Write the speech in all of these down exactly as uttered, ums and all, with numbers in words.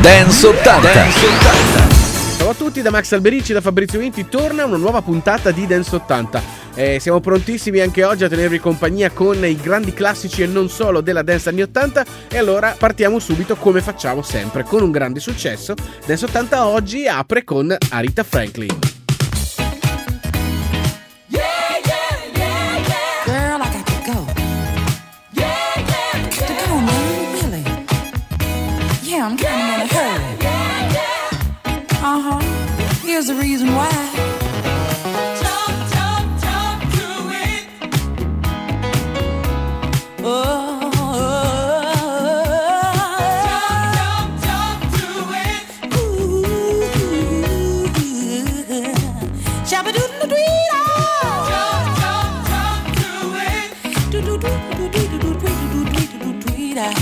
Dance ottanta. Dance ottanta. Ciao a tutti, da Max Alberici, da Fabrizio Vinti, torna una nuova puntata di Dance ottanta. Eh, siamo prontissimi anche oggi a tenervi compagnia con i grandi classici e non solo della dance anni ottanta. E allora partiamo subito come facciamo sempre, con un grande successo. Dance ottanta oggi apre con Aretha Franklin. I'm kind of in a hurry. Uh-huh. Here's the reason why. Talk, talk, talk to it. Oh, oh, oh. Talk, talk, talk to it. Ooh, shabba-doo-doo-doo-doo. Talk, talk, talk to it. Do-do-do-do-do-do-do-do-do-do-do-do-do-do-do-do.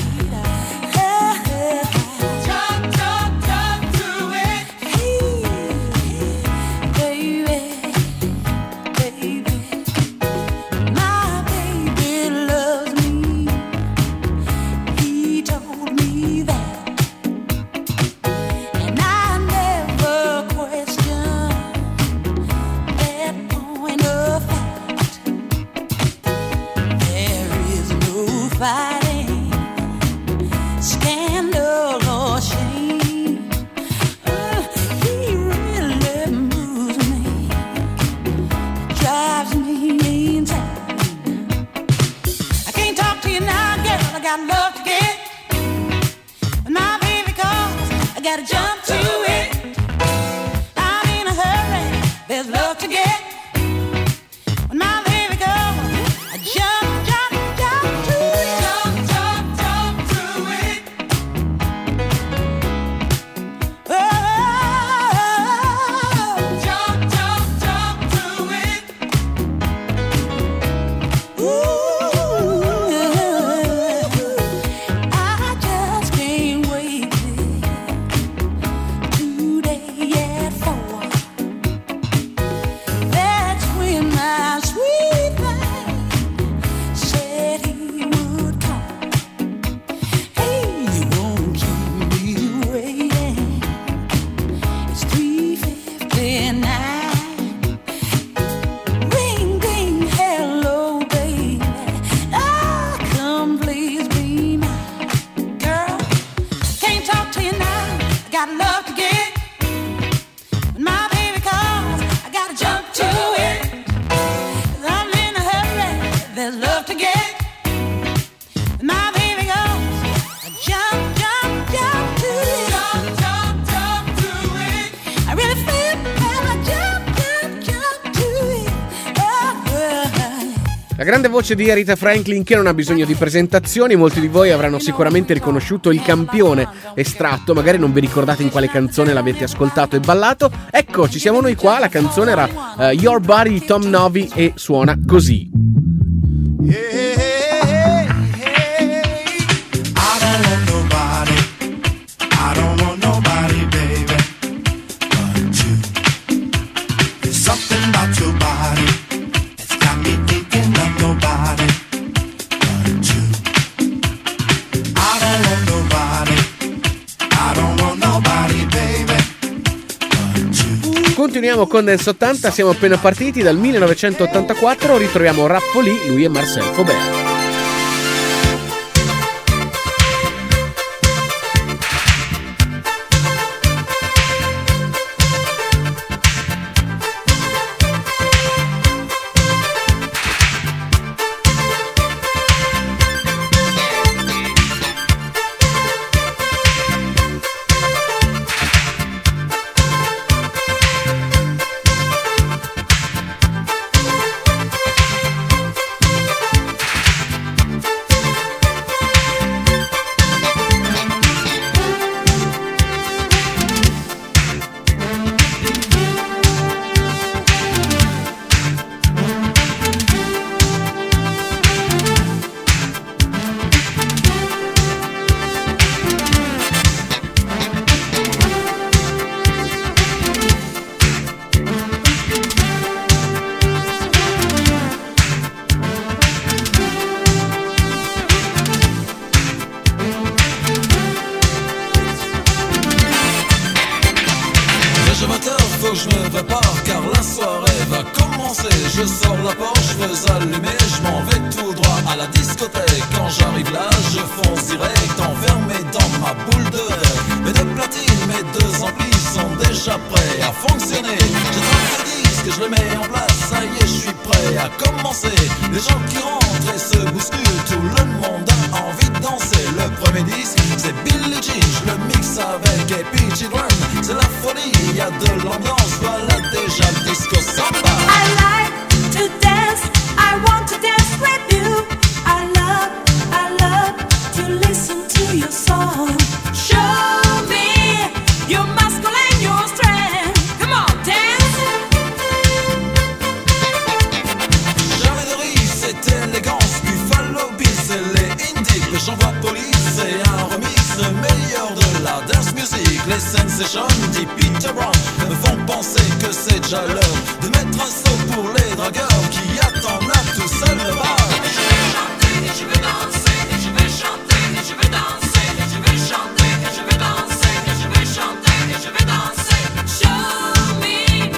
La grande voce di Aretha Franklin che non ha bisogno di presentazioni. Molti di voi avranno sicuramente riconosciuto il campione estratto, magari non vi ricordate in quale canzone l'avete ascoltato e ballato. Ecco, ci siamo noi qua, la canzone era uh, Your Body di Tom Novi e suona così. Continuiamo con Dance ottanta, siamo appena partiti dal millenovecentottantaquattro, ritroviamo Rappoli, lui e Marcel Faubert. J'ai vingt heures, faut que je me prépare car la soirée va commencer. Je sors la porte, je veux allumer, je m'en vais tout droit à la discothèque. Quand j'arrive là, je fonce direct, enfermé dans ma boule de verre. Mes deux platines, mes deux amplis sont déjà prêts à fonctionner. J'ai trente disques, je les mets en place, ça y est, je suis prêt à commencer. Les gens qui rentrent et se bousculent, tout le monde a envie de danser. Le premier disque, c'est Billie Jean, je le mixe avec A P G Drum. C'est la folie, il y a de l'ambiance, voilà déjà le disco samba. I like to dance, I want to dance with you. I love, I love to listen to your song. Show me your muscle and your strength. Come on, dance. Jamais de riz, c'est élégance, Buffalo Bill, c'est les indies. Le j'envoie police, c'est un remix, le meilleur de la dance music. Les sensations dit Peter Brown me font penser que c'est déjà l'heure de mettre un saut pour les dragueurs qui attendent là tout seul le bar. Et je vais chanter, et je vais danser, et je vais chanter, et je vais danser, et je vais chanter, et je vais danser, et je vais chanter, et je vais danser. Show me.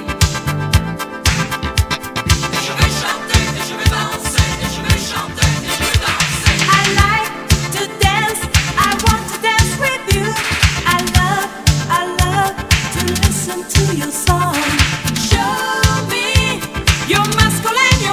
Et je vais chanter, et je vais danser, et je vais chanter, et je vais danser. I like to dance, I want to dance with you. I love, I love to listen to your song. Show me your muscle and your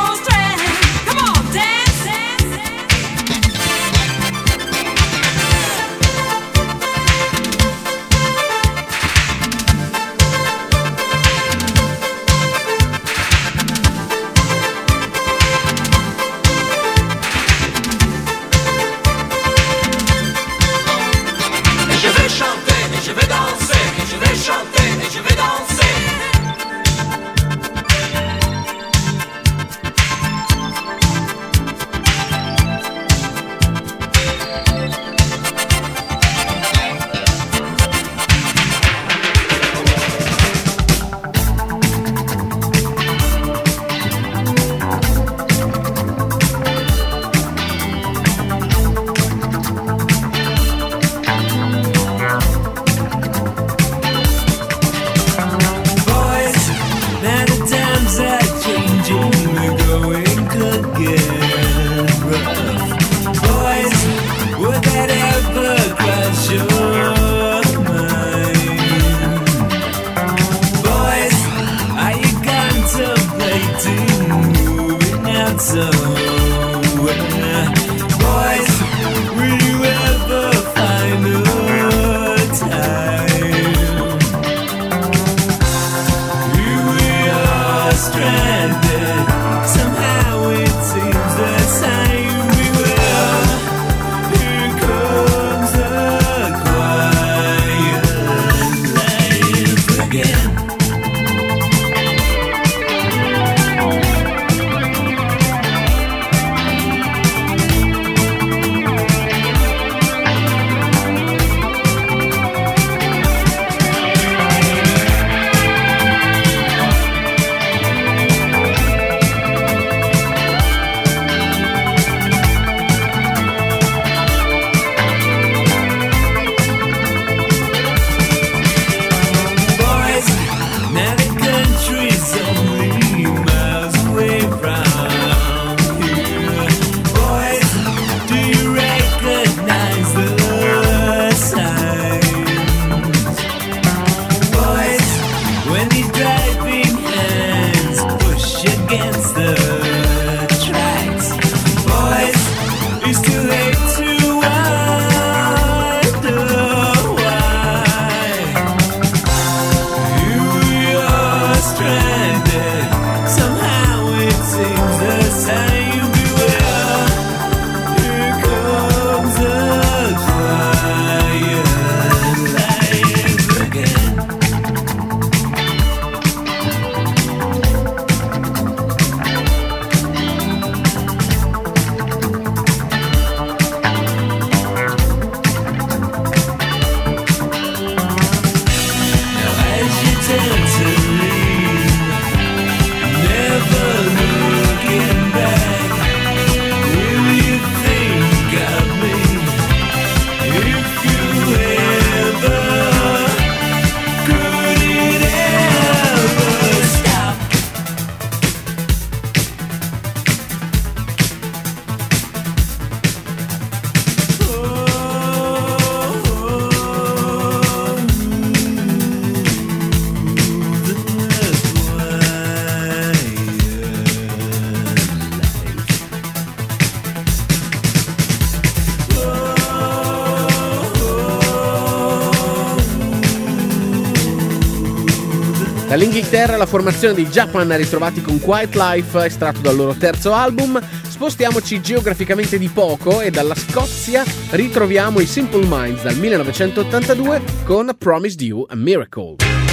Dall'Inghilterra la formazione dei Japan, ritrovati con Quiet Life, estratto dal loro terzo album. Spostiamoci geograficamente di poco e dalla Scozia ritroviamo i Simple Minds dal millenovecentottantadue con Promised You a Miracle.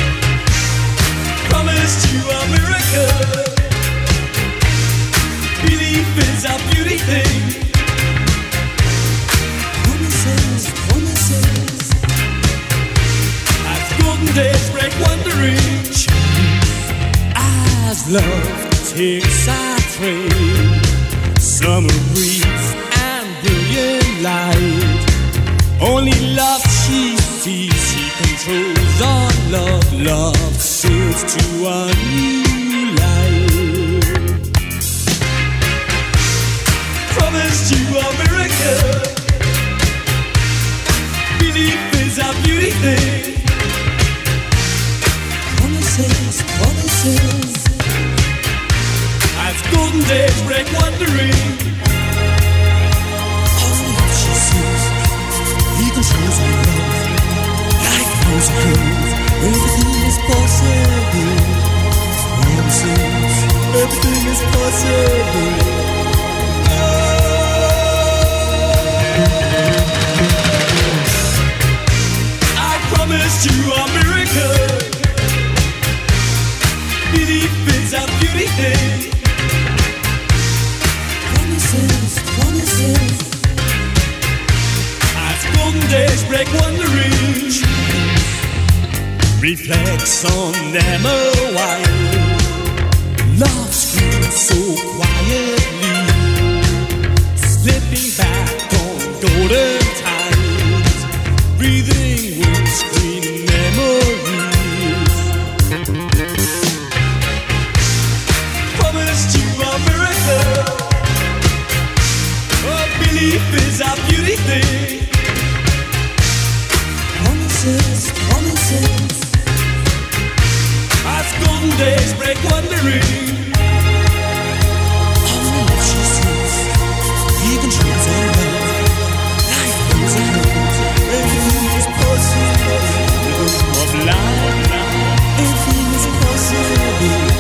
Promised you a miracle. Belief is a beauty thing. Promises, promises. As golden days break wandering, as love takes our train. Summer breeze and brilliant light. Only love she sees, she controls all love. Love sails to a new life. Promised you a miracle. Belief is a beauty thing. Promises, promises. As golden days break wandering, all love she sees, he controls her love. Life goes on, everything is possible. Promises, everything is possible. I promised you a miracle. Belief is a beauty thing. Promises, promises. As golden days break wandering, reflects on them a while. Love screams so quietly, slipping back on golden tides, breathing windscreen memories. Promised you a miracle. Belief is a beauty thing. Promises, promises. As golden days break wandering, all love she sees, he controls her love. Life goes on, everything is possible. Of life, everything is possible.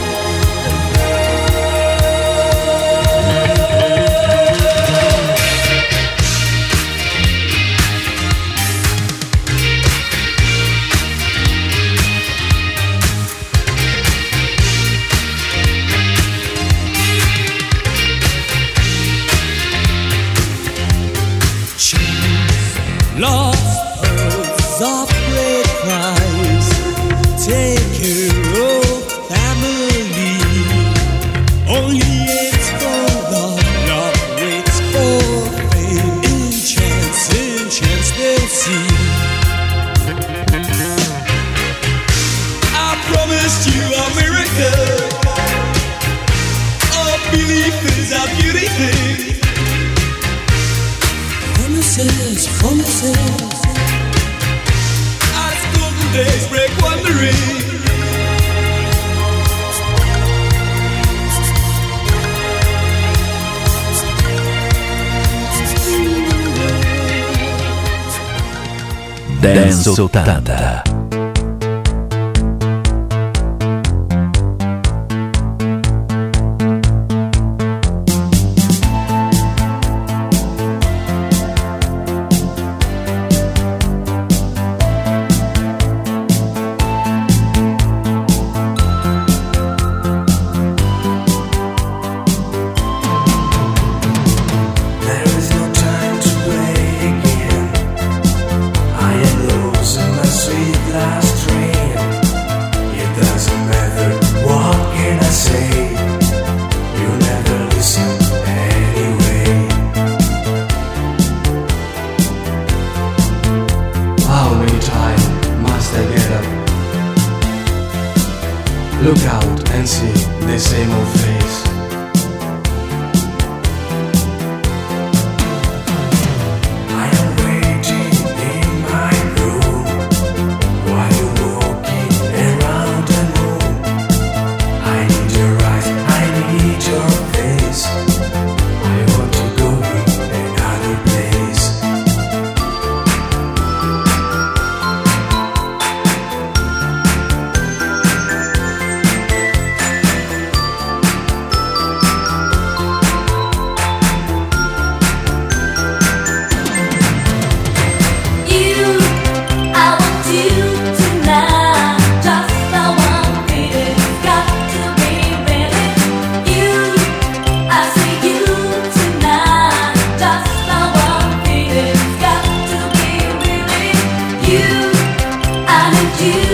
Lost pearls of great price, take care of family. Only it's for love, love waits for fame. In chance, in chance they'll see. I promised you a miracle. A belief is a beauty thing. Promises, promises. As golden days break wandering, Dance ottanta. Look out and see the same old face. I am waiting in my room while you're walking around the room. I need your eyes, I need your face. I want to go in another place.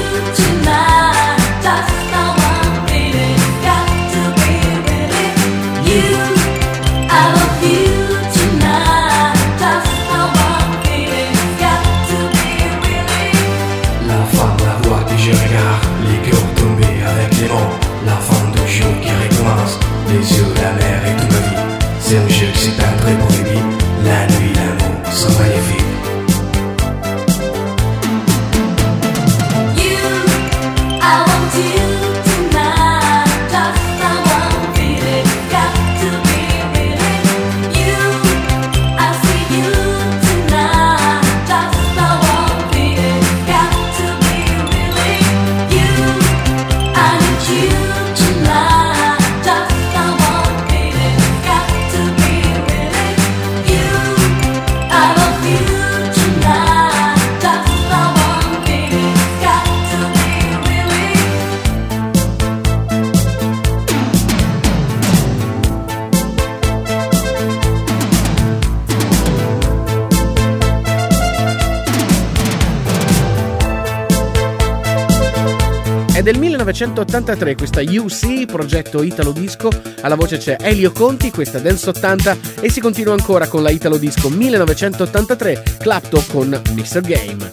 È del millenovecentottantatré questa U C, progetto Italo Disco, alla voce c'è Elio Conti, questa Dance ottanta, e si continua ancora con la Italo Disco millenovecentottantatré, Clapton con mister Game.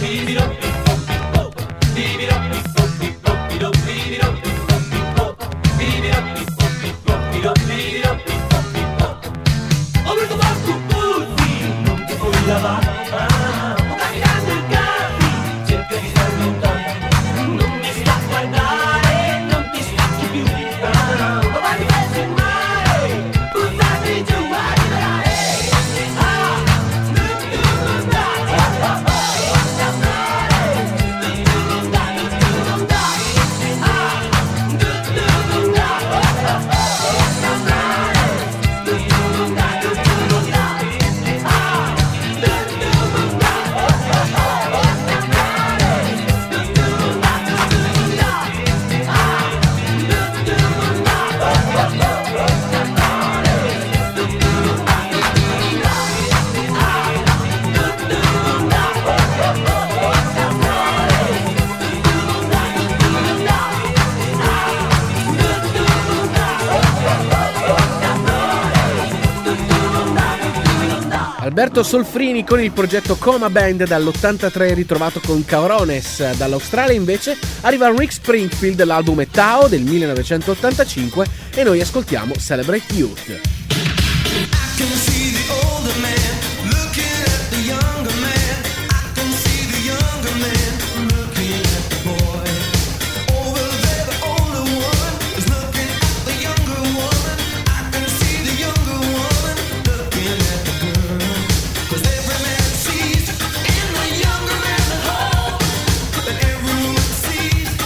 Alberto Solfrini con il progetto Coma Band dall'ottantatré, ritrovato con Caurones. Dall'Australia invece arriva Rick Springfield, l'album è Tao del millenovecentottantacinque e noi ascoltiamo Celebrate Youth.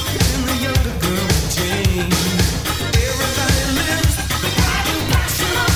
Everybody lives the passion of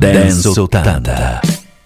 Dance ottanta.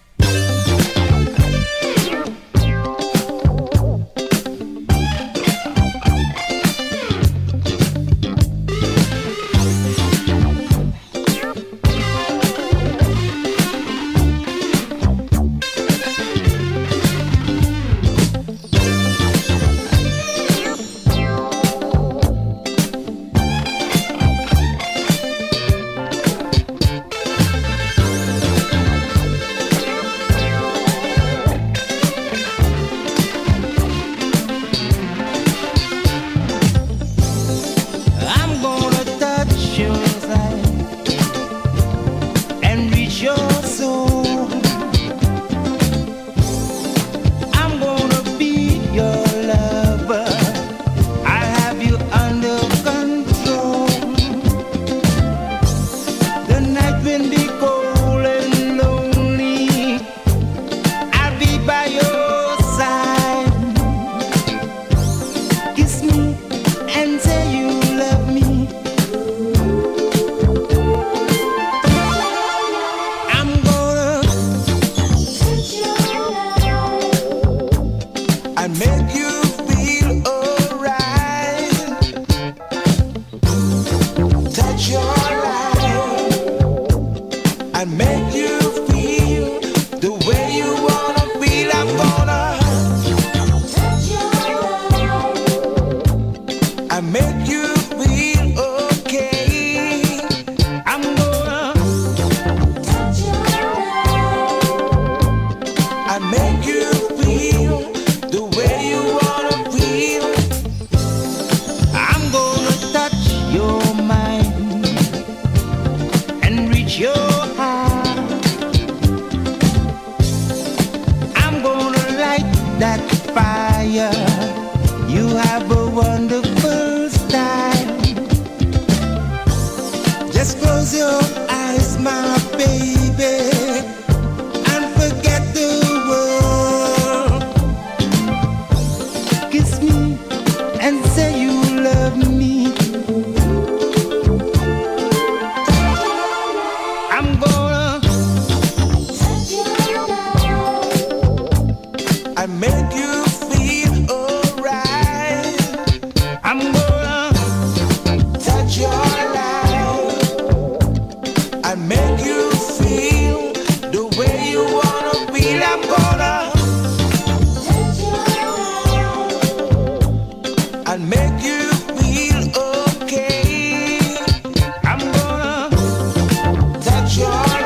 I'm gonna touch your side and reach your soul. I'm gonna be your lover. I have you under control. The night will be cold and lonely. I'll be by your side. Kiss me and say you love me. I'm gonna I make you feel alright. Touch your life and make you feel the way you wanna feel. I'm gonna I make you feel okay. I'm gonna I make you feel the way you wanna feel. I'm gonna touch your mind and reach your heart. I'm gonna light that fire. You have a wonderful style. Just close your eyes, my baby, and forget the world. Kiss me and say you love me. I'm gonna I make you feel alright. I'm gonna touch your life and make you feel the way you wanna feel. I'm gonna and make you feel okay. I'm gonna touch your life.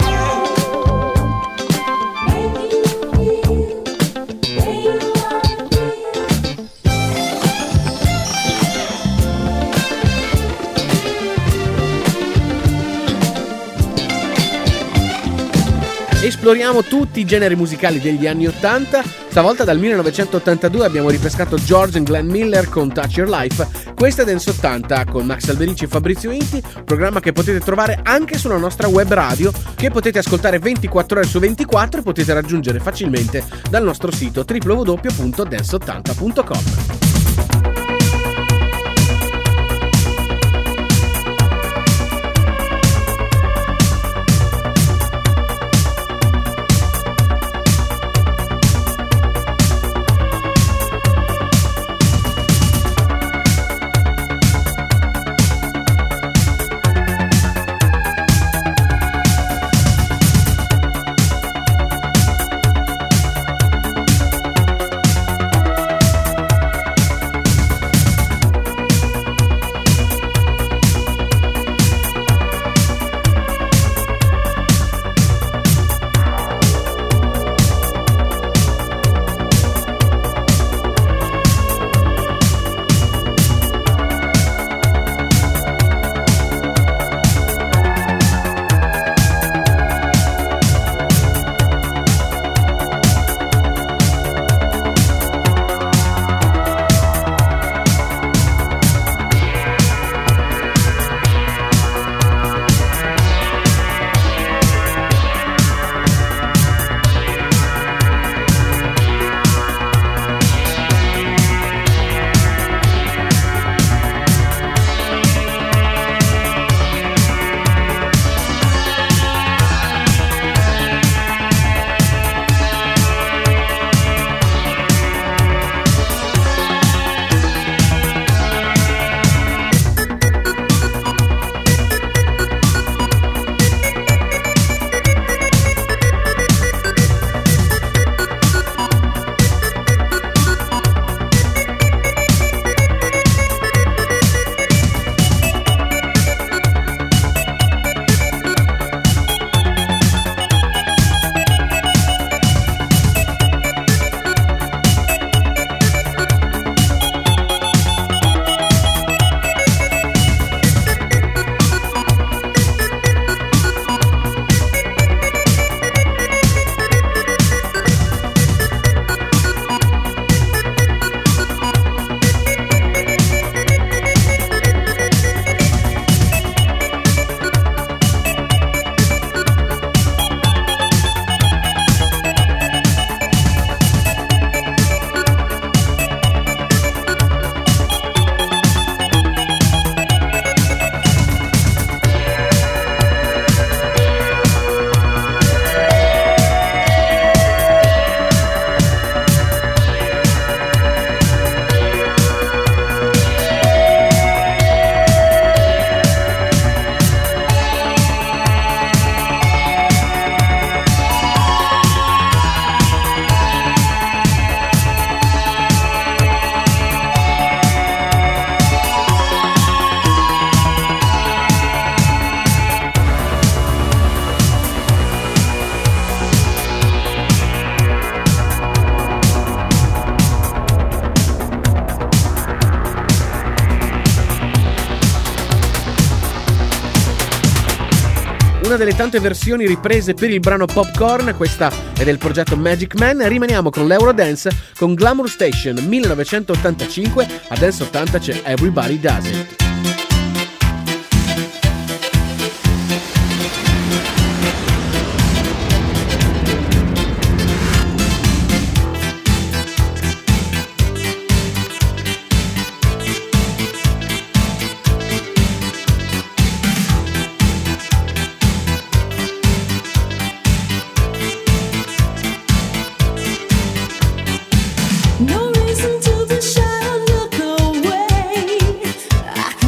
Esploriamo tutti i generi musicali degli anni ottanta. Stavolta dal millenovecentottantadue abbiamo ripescato George and Glenn Miller con Touch Your Life. Questa è Dance ottanta con Max Alberici e Fabrizio Inti, programma che potete trovare anche sulla nostra web radio, che potete ascoltare ventiquattro ore su ventiquattro e potete raggiungere facilmente dal nostro sito w w w punto dance ottanta punto com. una delle tante versioni riprese per il brano Popcorn, questa è del progetto Magic Man. Rimaniamo con l'Eurodance con Glamour Station millenovecentottantacinque, a Dance ottanta c'è Everybody Does It. No reason to be shy or look away.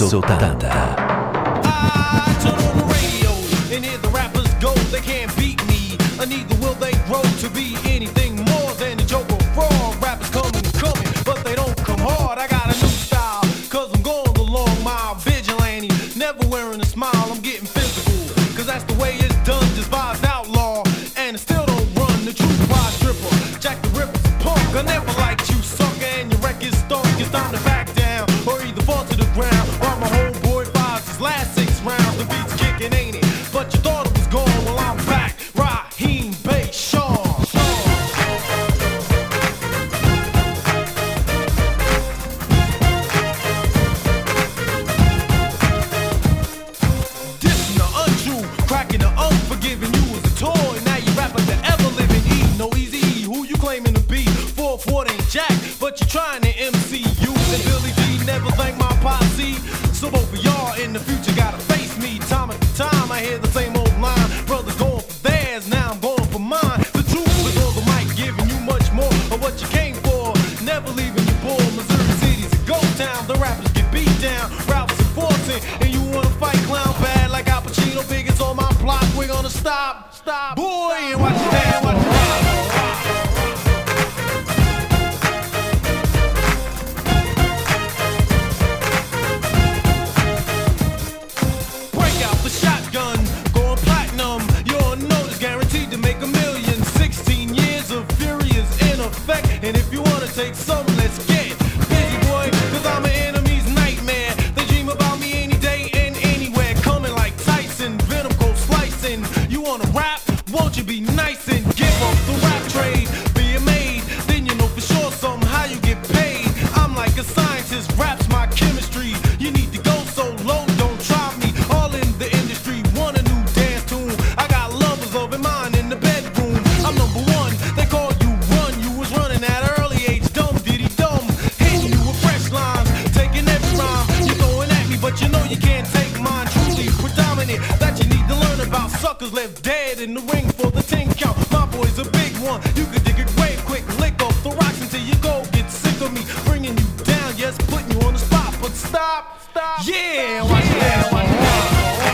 Dance ottanta. I turn on the radio and hear the rappers go. They can't beat me, and neither will they grow to be anything more than a joke or fraud. Rappers coming, coming, but they don't come hard. I got a new style, cause I'm going the long mile. Vigilante, never wearing a smile. I'm getting physical, cause that's the way it's done. Just vibes outlaw, and it still don't run. The truth wise stripper, Jack the Ripper's a punk. I never liked you, sucker, and your record's stunk. It's time to back down, or either fall to the ground. While my homeboy files his last six rounds. The beat's kicking, ain't it? But you thought it was gone. Well, I'm back. Raheem Bay Shaw. Dissing the untrue, cracking the unforgiving. You was a toy, now you rap like the ever living. E, no easy E, who you claiming to be? Four Ford ain't Jack, but you trying to M C you. And Billy D never thank my posse. So both of y'all in the future gotta face me. Time after time I hear the same old line. Brothers going for theirs, now I'm going for mine. The truth is on the mic, giving you much more of what you came for. Never leaving you poor. Missouri City's a ghost town. The rappers get beat down. Ralph's enforcing, and you wanna fight clown bad like Al Pacino. Big is on my block. We're gonna stop, stop, boy, and watch your hand, watch your hand. Break out the shotgun, going platinum. Your note is guaranteed to make a million. Sixteen years of fury is in effect. And if you wanna take some, let's get busy, boy. Cause I'm an enemy's nightmare. They dream about me any day and anywhere. Coming like Tyson, venom go slicing. You wanna rap? Won't you be nice and give up the rap trade? Be a maid, then you know for sure somehow you get paid. I'm like a scientist, rap's my chemistry. You need to go so low, don't try me. All in the industry, want a new dance tune. I got lovers of it, mine in the bedroom. I'm number one, they call you run. You was running at an early age, dumb diddy dumb. Hitting you with fresh lines, taking every rhyme. You're throwing at me, but you know you can't take mine. Truly predominant, that you need to learn about. Suckers left dead in the ring for the ten count. My boy's a big one, you could dig it way quick. Lick off the rocks until you go get sick of me. Bringing you down, yes, putting you on the spot. But stop, stop, yeah, watch it out, watch it out.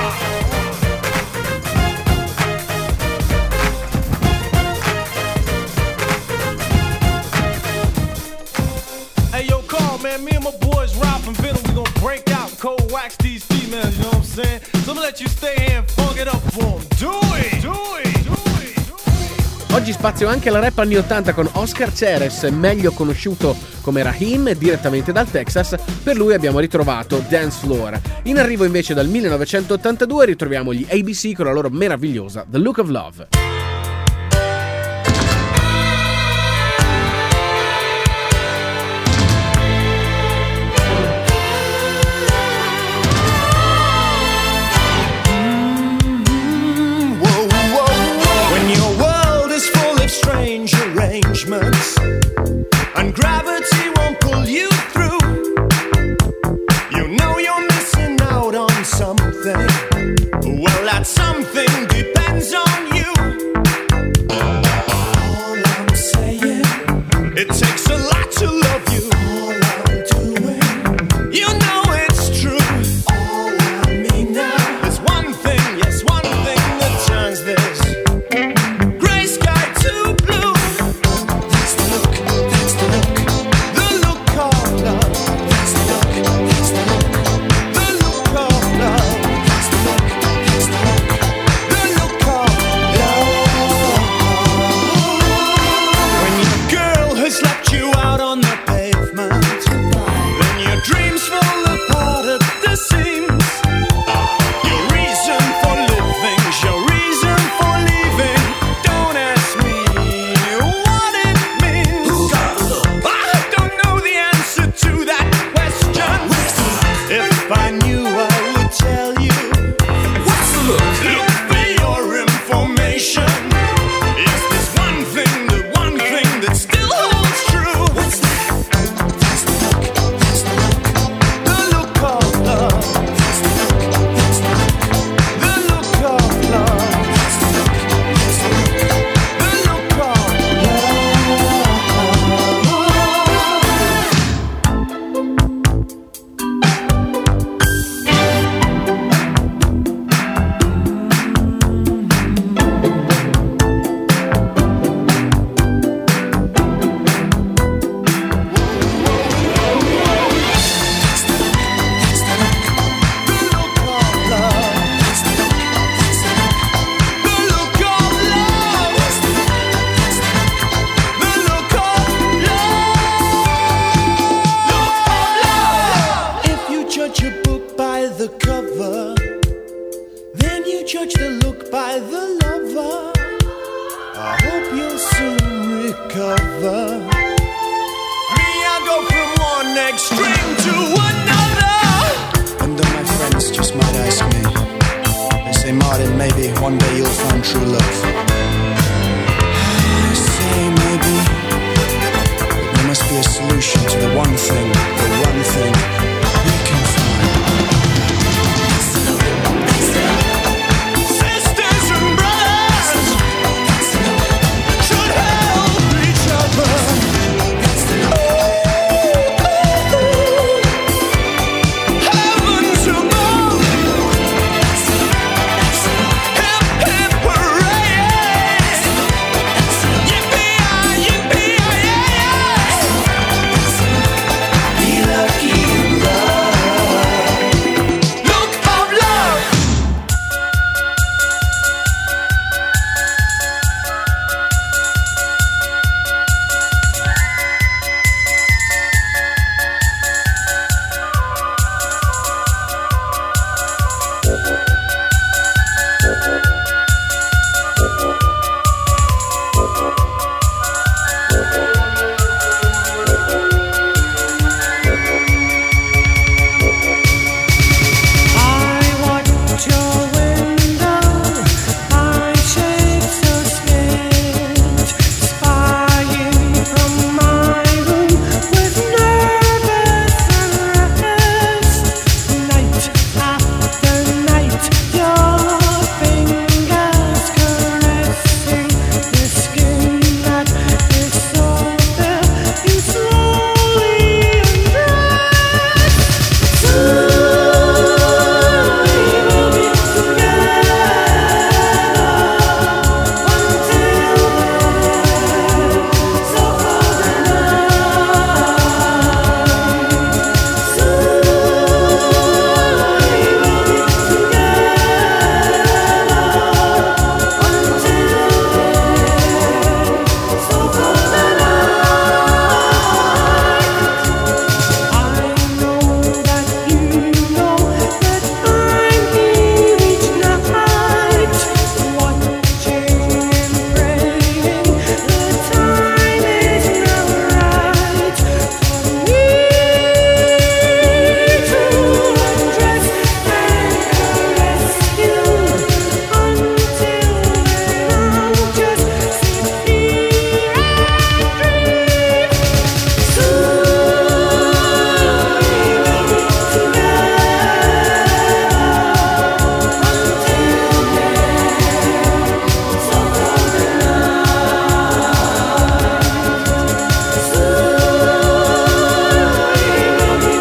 Hey yo, Carl, man, me and my boys Ralph and Venom, we gon' break out and cold wax these females, you know what I'm saying? So I'm gonna let you stay here and funk it up for 'em. Do it, do it, do it, do it. Oggi spazio anche alla rap anni ottanta con Oscar Ceres, meglio conosciuto come Raheem, direttamente dal Texas. Per lui abbiamo ritrovato Dance Floor. In arrivo invece dal millenovecentottantadue ritroviamo gli A B C con la loro meravigliosa The Look of Love. When your world is full of strange arrangements and gravity won't pull you through, you know you're missing out on something. Well, that something depends on you. All I'm saying, it takes a lot to love you. All I'm doing, you know it's true. All I mean now is one thing, yes, one thing that turns this gray sky to blue. That's the look, that's the look, the look of love. That's the look, that's the look, the look of love. That's the judge the look by the lover. I hope you'll soon recover. Me, I go from one extreme to another. And then my friends just might ask me, they say, Martin, maybe one day you'll find true love. I say maybe, but there must be a solution to the one thing, the one thing we can find. Sisters and brothers should help each other. Heavens above, hip hip hooray! Yippee-yi, yippee-yi-yi! Be lucky in love. Look of love. I watch your window, I shake so scared, spying from my room with nervous unrest. Night after night, your fingers caressing the skin that is so bare, you slowly undress. Soon we will be together. Until then, so cold and night. Soon we will be together. Until then, so cold and night. I know that you know that I'm here each night, watching and praying. The time is now right for me to undress and caress you. Until then, I'll just sit here and dream. Soon we will be together. Until then, so cold and night. Soon we will be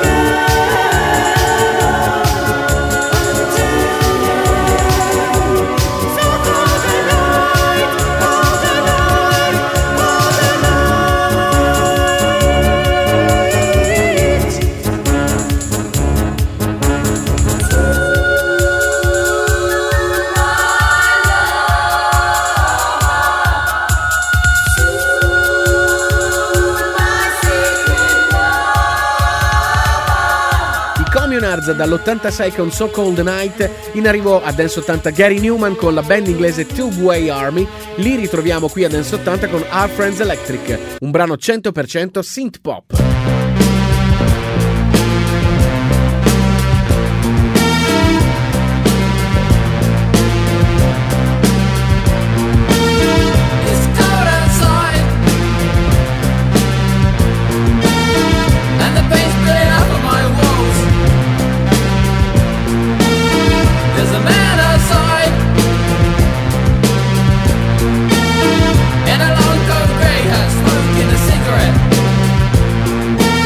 I Communards dall'ottantasei con So Cold Night, in arrivo a Dance ottanta Gary Newman con la band inglese Two Way Army, li ritroviamo qui a Dance ottanta con Our Friends Electric, un brano cento per cento synth pop. It's cold outside, and the paint's spilling off of my walls. There's a man outside in a long coat grey hat, smoking a cigarette.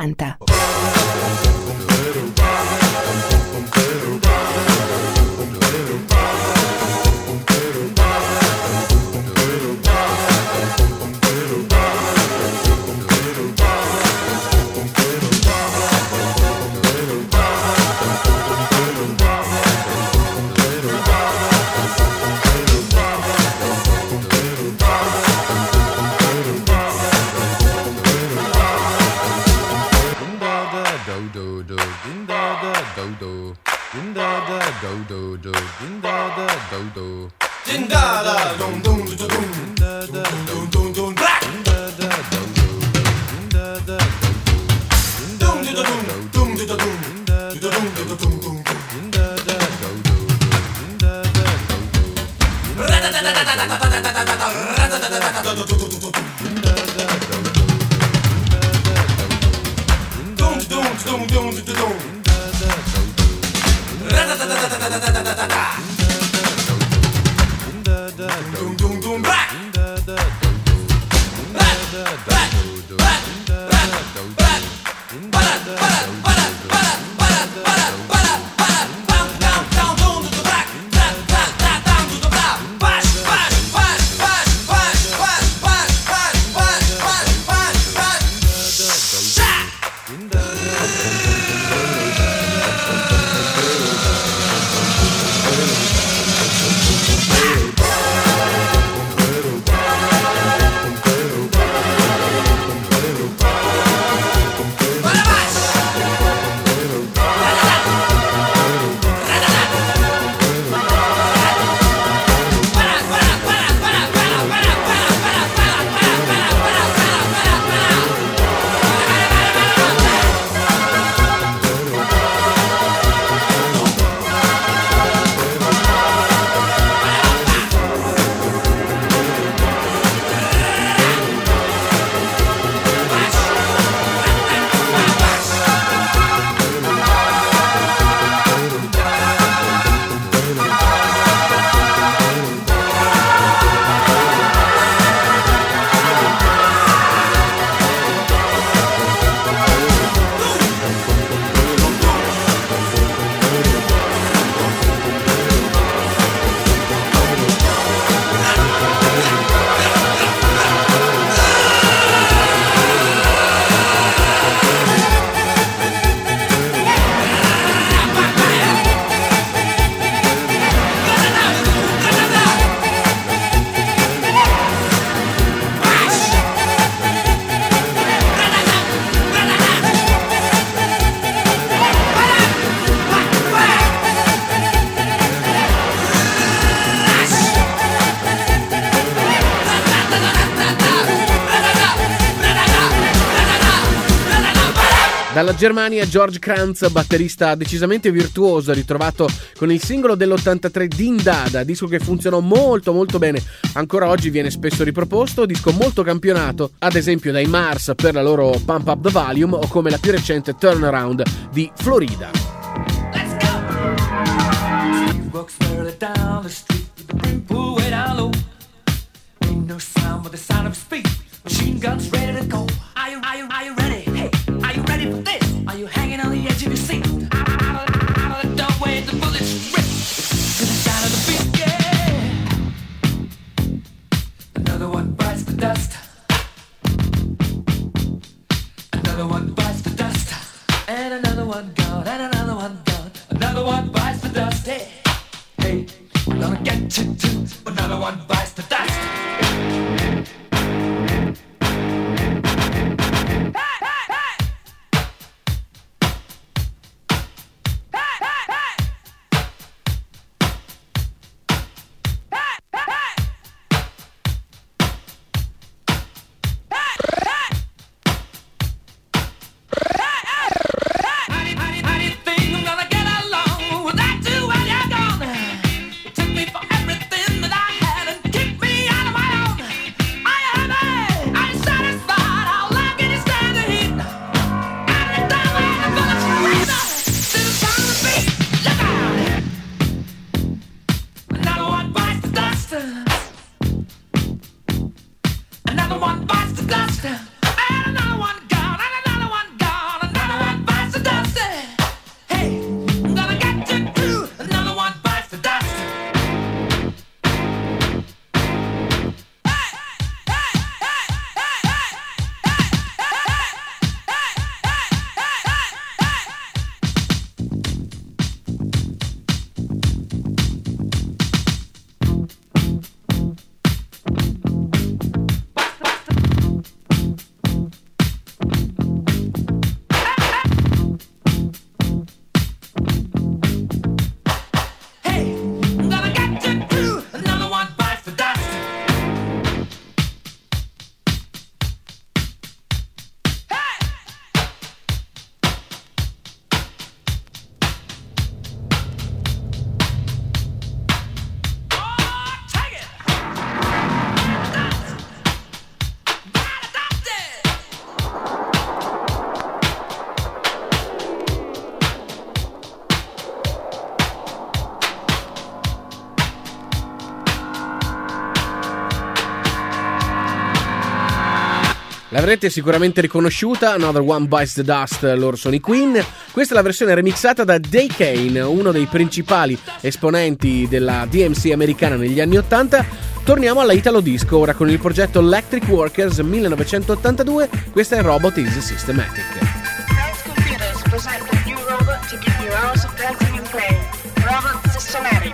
ottanta. Dalla Germania George Kranz, batterista decisamente virtuoso, ritrovato con il singolo dell'ottantatré Din Dada, disco che funzionò molto molto bene, ancora oggi viene spesso riproposto, disco molto campionato, ad esempio dai Mars per la loro Pump Up the Volume o come la più recente Turnaround di Florida. Let's go! He walks further down the street with the brim pulled way down low. Ain't no sound but the sound of speed. Machine guns ready to go. Are you, are you, are you ready? Hey, are you ready for this? Are you hanging on the edge of your seat? Out of, out of the doorway, the bullets rip to the sound of the beat. Yeah. Another one bites the dust. Another one bites the dust. And another one gone. And another one gone. Another one bites the dust. Hey, hey, we're gonna get you too. Another one bites the dust. L'avrete sicuramente riconosciuta, Another One Bites the Dust, loro sono i Queen. Questa è la versione remixata da Day Kane, uno dei principali esponenti della D M C americana negli anni ottanta. Torniamo alla Italo Disco ora con il progetto Electric Workers millenovecentottantadue, questa è Robot is Systematic. Dance Computers present a new robot to give you hours of dancing and play. Robot Systematic.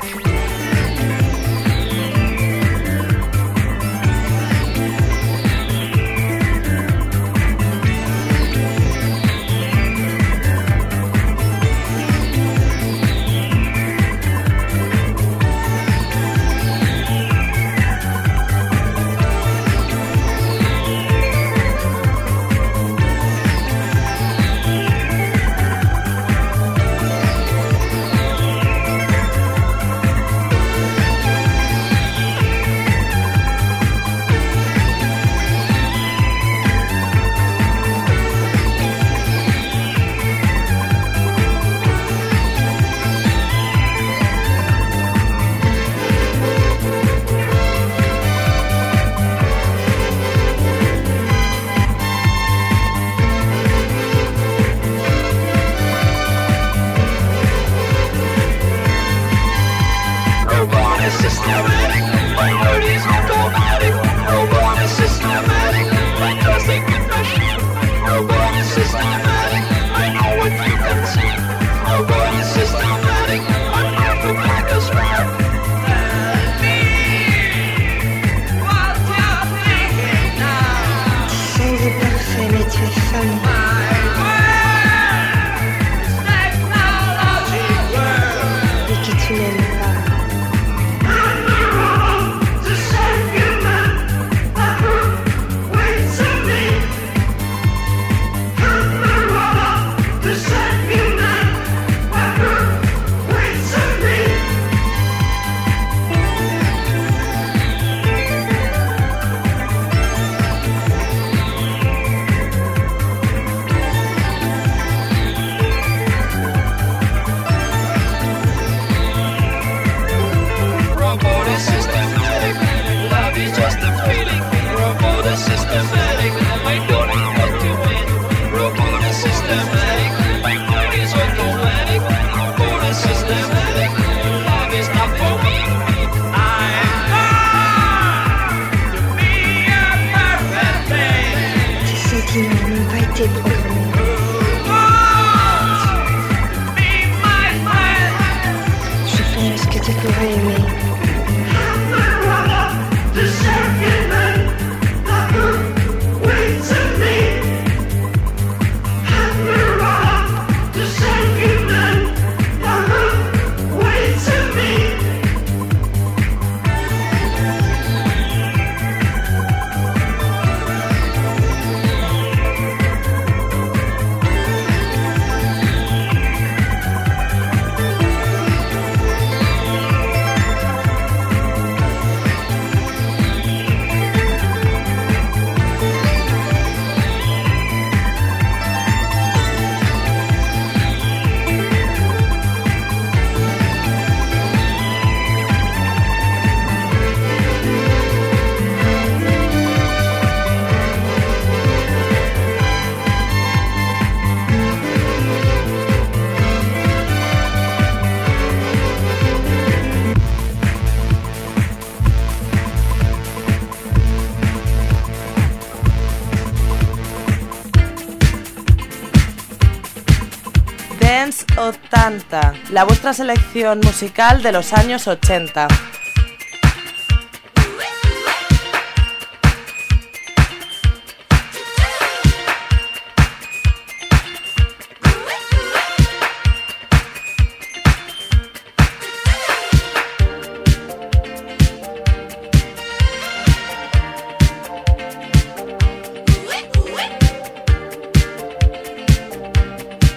Dance ottanta, la vuestra selección musical de los años ochenta.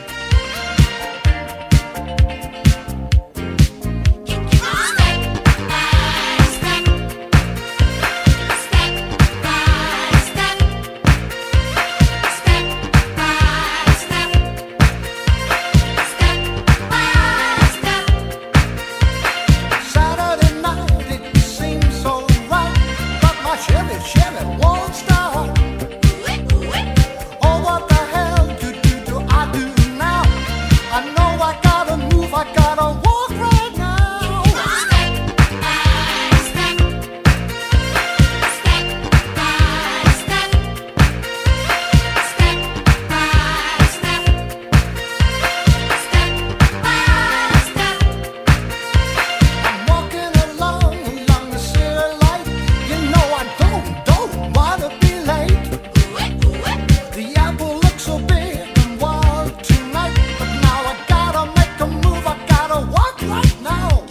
Stay I gotta walk right now. I'm walking along along the city light. You know I don't, don't wanna be late. The apple looks so big and wild tonight, but now I gotta make a move. I gotta walk right now.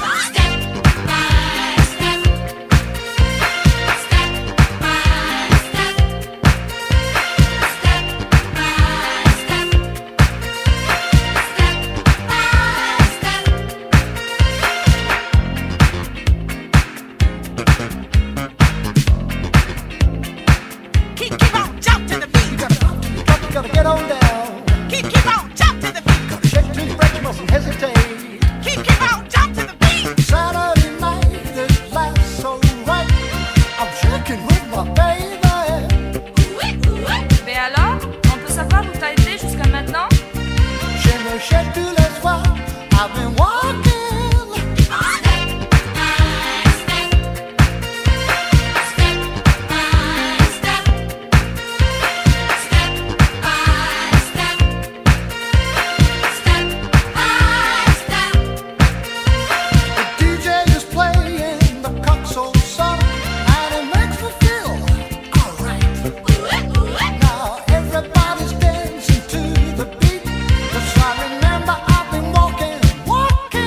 Keep, keep on, jump to the beat. You gotta pop to the top, you gotta get on down. Keep, keep on, jump to the beat. Gotta shake till you break, you mustn't hesitate. Keep, keep on, jump to the beat. Saturday night, this lasts so right. I'm shaking with my baby. Mais alors, on peut savoir où t'as été jusqu'à maintenant? Je me jette tous les soirs. I've been walking. The D J is playing the console song, and it makes me feel alright. Now everybody's dancing to the beat. 'Cause I remember I've been walking, walking.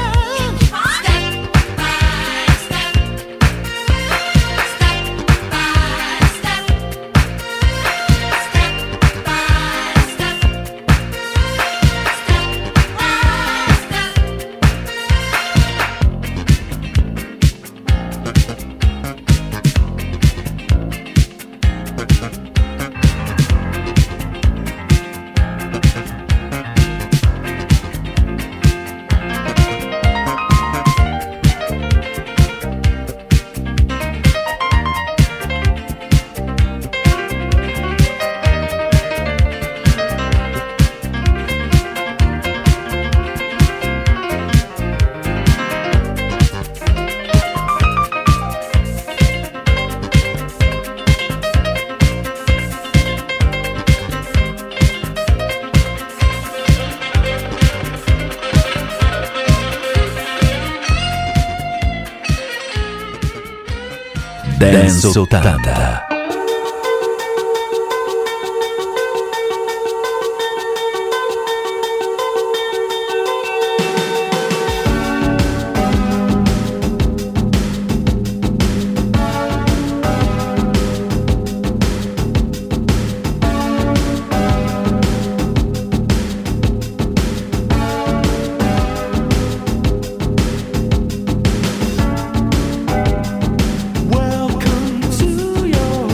Dance ottanta. Welcome to your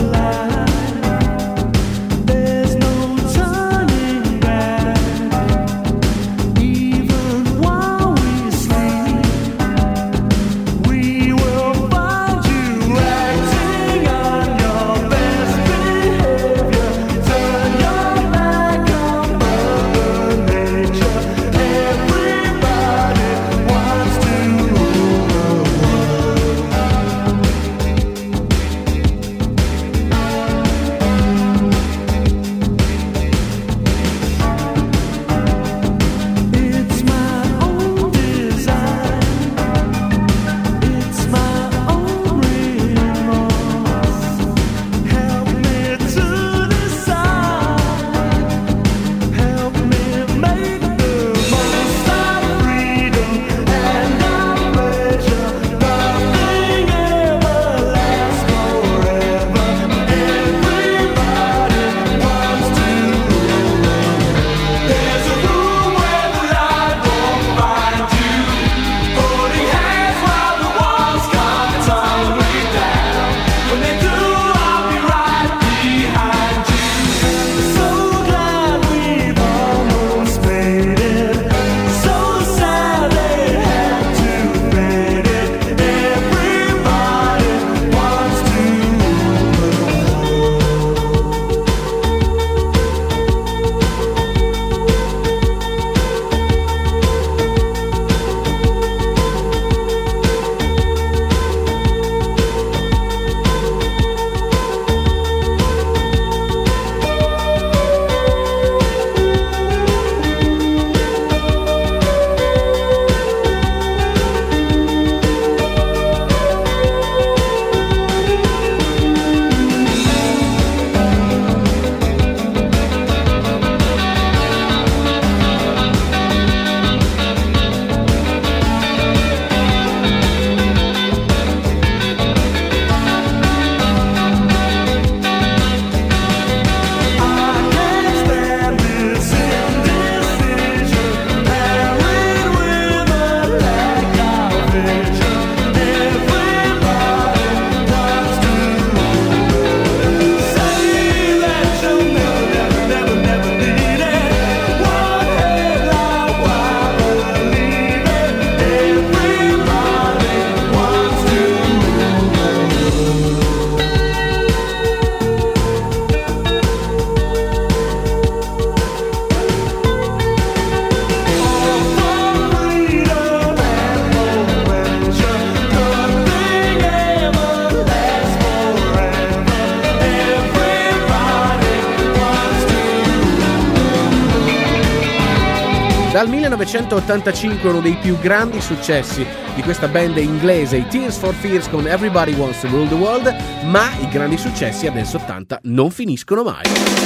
Dal millenovecentottantacinque uno dei più grandi successi di questa band inglese, i Tears for Fears con Everybody Wants to Rule the World, ma i grandi successi a Dance ottanta non finiscono mai.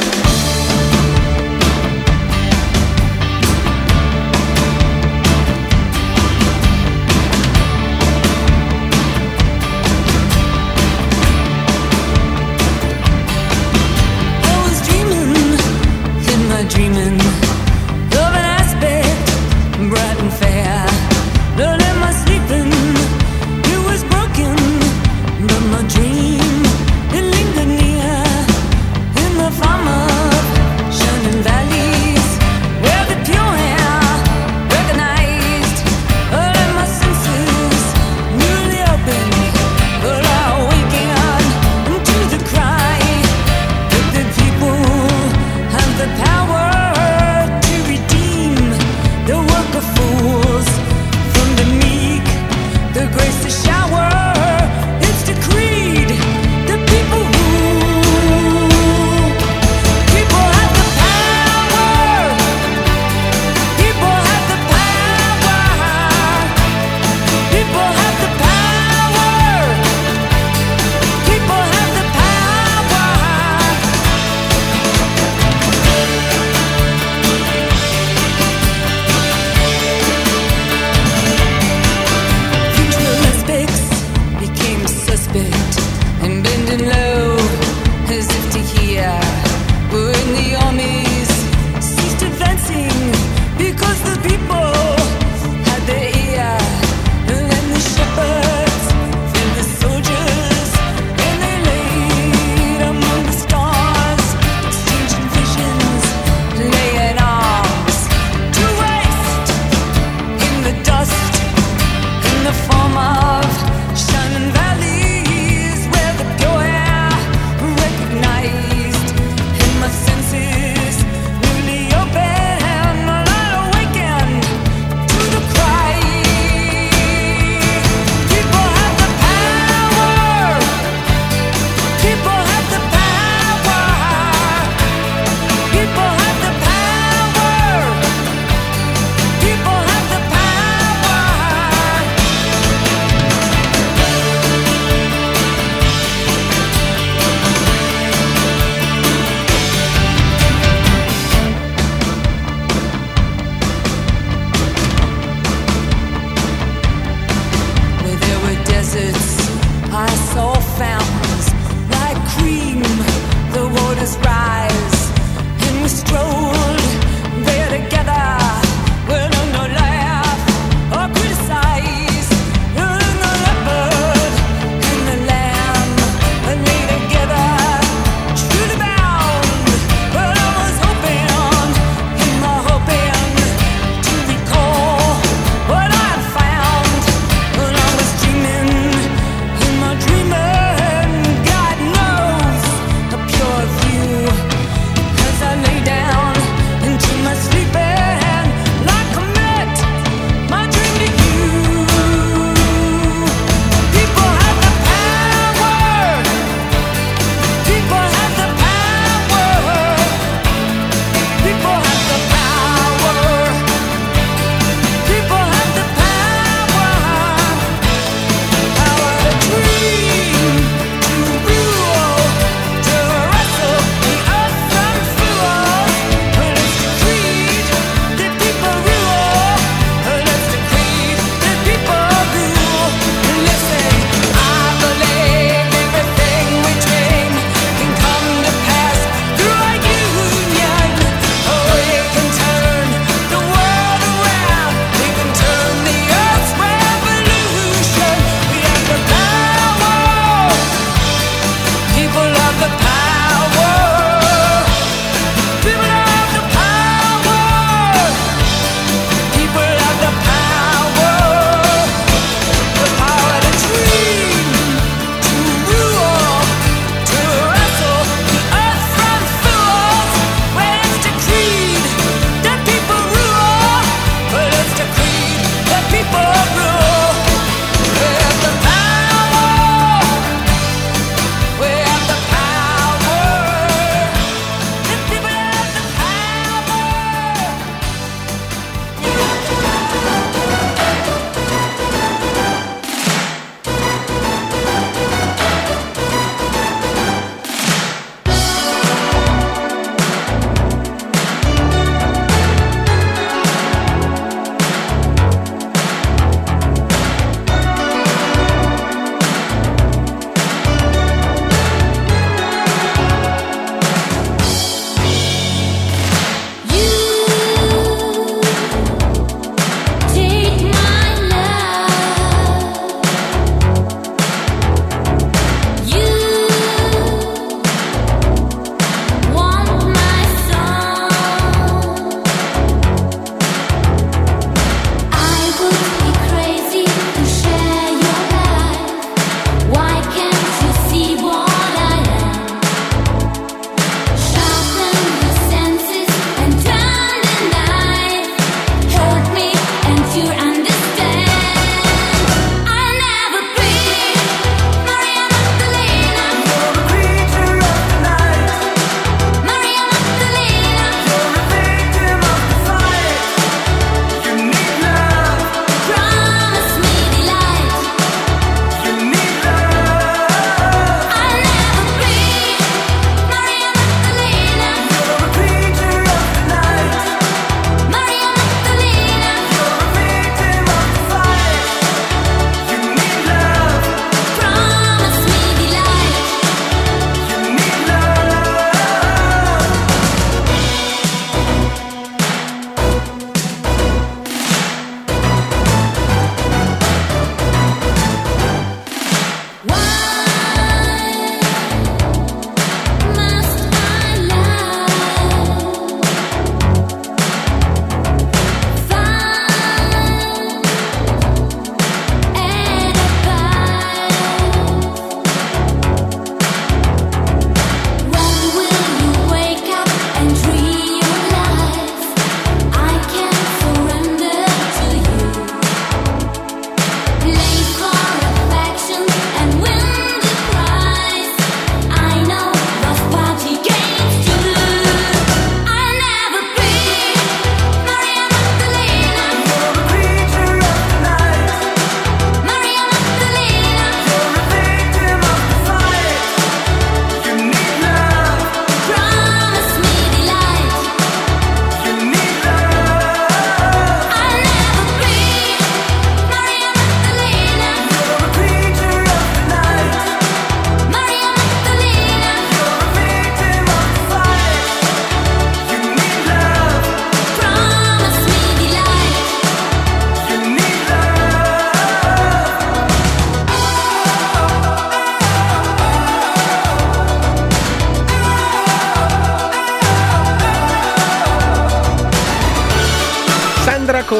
Dreaming of an aspect bright and fair. Not in my sleeping, it was broken, but my dream, it lingered near in the farmer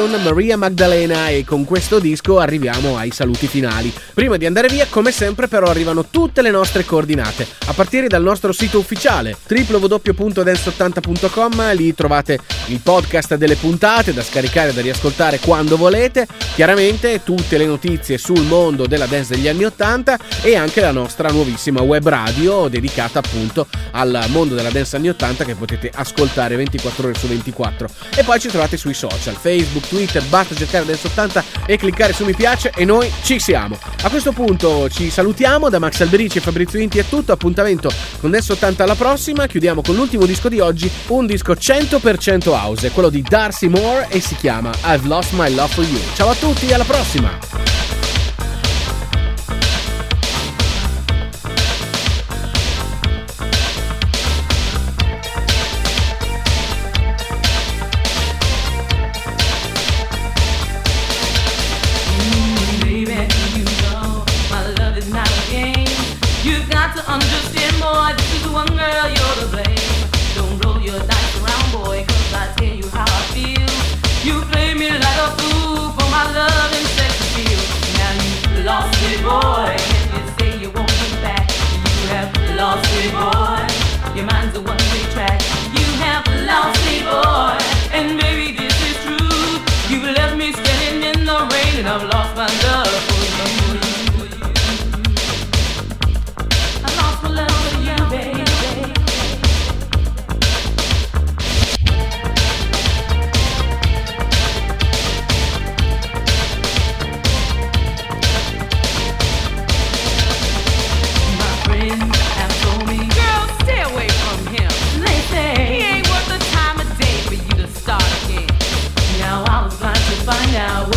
con Maria Magdalena, e con questo disco arriviamo ai saluti finali. Prima di andare via, come sempre però, arrivano tutte le nostre coordinate, a partire dal nostro sito ufficiale w w w punto dance ottanta punto com. Lì trovate il podcast delle puntate da scaricare e da riascoltare quando volete, chiaramente tutte le notizie sul mondo della dance degli anni ottanta e anche la nostra nuovissima web radio dedicata appunto al mondo della dance anni ottanta, che potete ascoltare ventiquattro ore su ventiquattro. E poi ci trovate sui social, Facebook, Twitter, basta cercare Dance ottanta e cliccare su mi piace e noi ci siamo. A questo punto ci salutiamo, da Max Alberici e Fabrizio Inti è tutto, appuntamento con Dance ottanta alla prossima. Chiudiamo con l'ultimo disco di oggi, un disco cento per cento house, quello di Darcy Moore, e si chiama I've Lost My Love For You. Ciao a tutti, alla prossima! Understand, boy, this is one girl, you're to blame. Don't roll your dice around, boy, cause I tell you how I feel. You play me like a fool for my love and sex appeal. Now you lost me, boy, and you say you won't be back. You have lost me, boy, your mind's a one-way track. You have lost me, boy, and maybe this is true. You've left me standing in the rain and I've lost my love for you. Find out